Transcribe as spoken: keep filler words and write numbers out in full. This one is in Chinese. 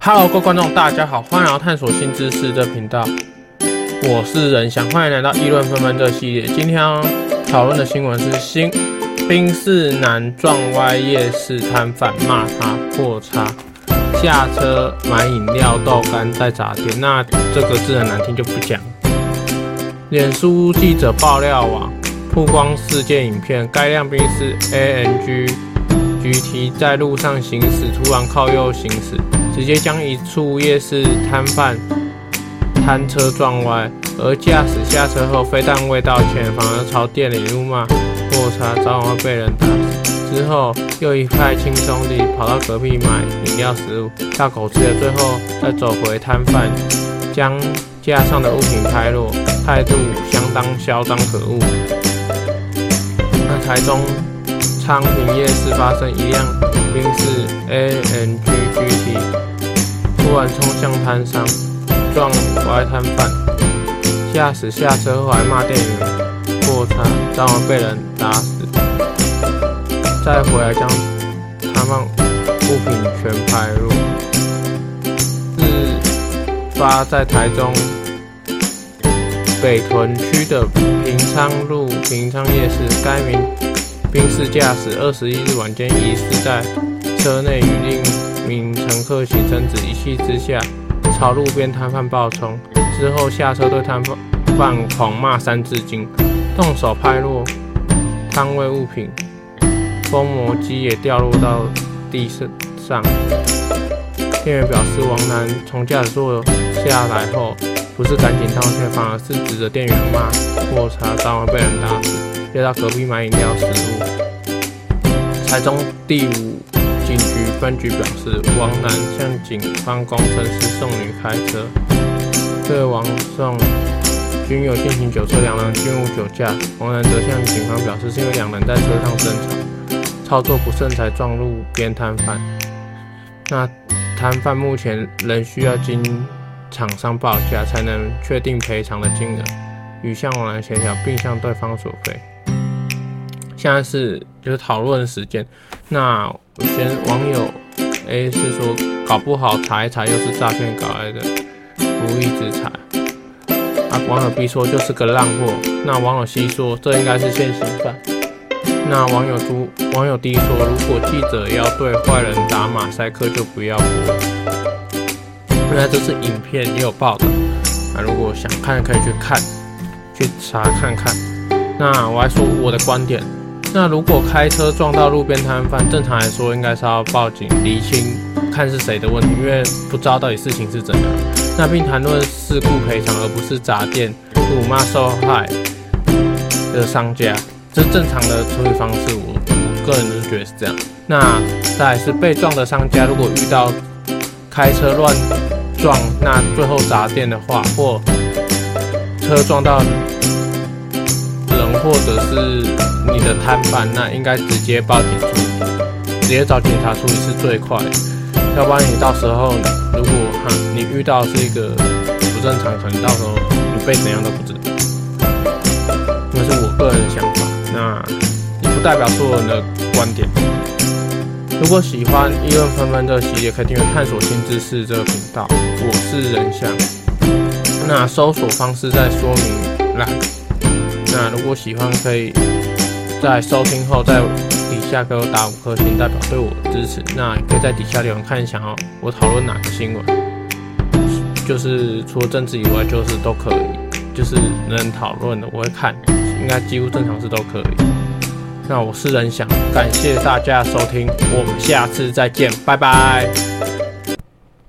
Hello， 各位观众，大家好，欢迎来到探索新知识这频道。我是仁翔，欢迎来到议论纷纷这系列。今天要讨论的新闻是新宾士男撞歪夜市摊贩，骂他破叉，下车买饮料豆干再砸店。那这个字很难听，就不讲。脸书记者爆料网曝光事件影片，该辆宾士 A M G G T 在路上行驶，突然靠右行驶，直接将一处夜市摊贩摊车撞歪，而驾驶下车后非但未道歉，反而朝店里怒骂破叉，早晚会被人打死。之后又一派轻松地跑到隔壁买饮料食物，大口吃了，最后再走回摊贩，将架上的物品拍落，态度相当嚣张可恶。那台中昌平夜市发生一辆宾士 A M G G T 突然冲向摊商，撞歪摊贩，驾驶下车后还骂店员破叉，早晚被人打死，再回来将摊贩物品全拍落。事发在台中北屯区的平昌路平昌夜市，该名宾士驾驶二十一日晚间疑似在车内与另一名乘客起争执，一气之下朝路边摊贩暴冲，之后下车对摊贩狂骂三字经，动手拍落摊位物品，封膜机也掉落到地上。店员表示，王男从驾驶座下来后，不是赶紧道歉，反而是指着店员骂破叉，早晚被人打死，要到隔壁买饮料食物。台中第五警局分局表示，王男向警方供称是送女开车，对王宋均有进行酒测，两人均无酒驾。王男则向警方表示，是因为两人在车上争吵，操作不慎才撞路边摊贩。那摊贩目前仍需要经厂商报价才能确定赔偿的金额，与向王男协调，并向对方索费。现在是就是讨论时间。那有些网友 A 是说，搞不好查一查又是诈骗搞来的不义之财。啊，网友 B 说就是个烂货。那网友 C 说这应该是现行犯。那网友朱网友 D 说，如果记者要对坏人打马赛克，就不要播。那这是影片也有报道，那如果想看可以去看，去查看看。那我还说我的观点，那如果开车撞到路边摊贩，正常来说应该是要报警厘清，看是谁的问题，因为不知道到底事情是怎样。那并谈论事故赔偿，而不是砸店辱骂受害的商家，这是正常的处理方式。我我个人就是觉得是这样。那再来是被撞的商家，如果遇到开车乱撞，那最后砸店的话，或车撞到人或者是你的摊贩，那应该直接报警处理，直接找警察处理是最快的。要不然你到时候如果哈你遇到是一个不正常，可能到时候你被怎样都不知道。这是我个人的想法，那也不代表所有人的观点。如果喜欢议论纷纷这个系列，可以订阅探索新知识这个频道。我是仁翔，那搜索方式在说明栏。那如果喜欢，可以在收听后在底下给我打五颗星，代表对我的支持。那也可以在底下留言看想要我讨论哪个新闻，就是除了政治以外，就是都可以，就是能讨论的我会看，应该几乎正常是都可以。那我是仁翔，感谢大家的收听，我们下次再见，拜拜。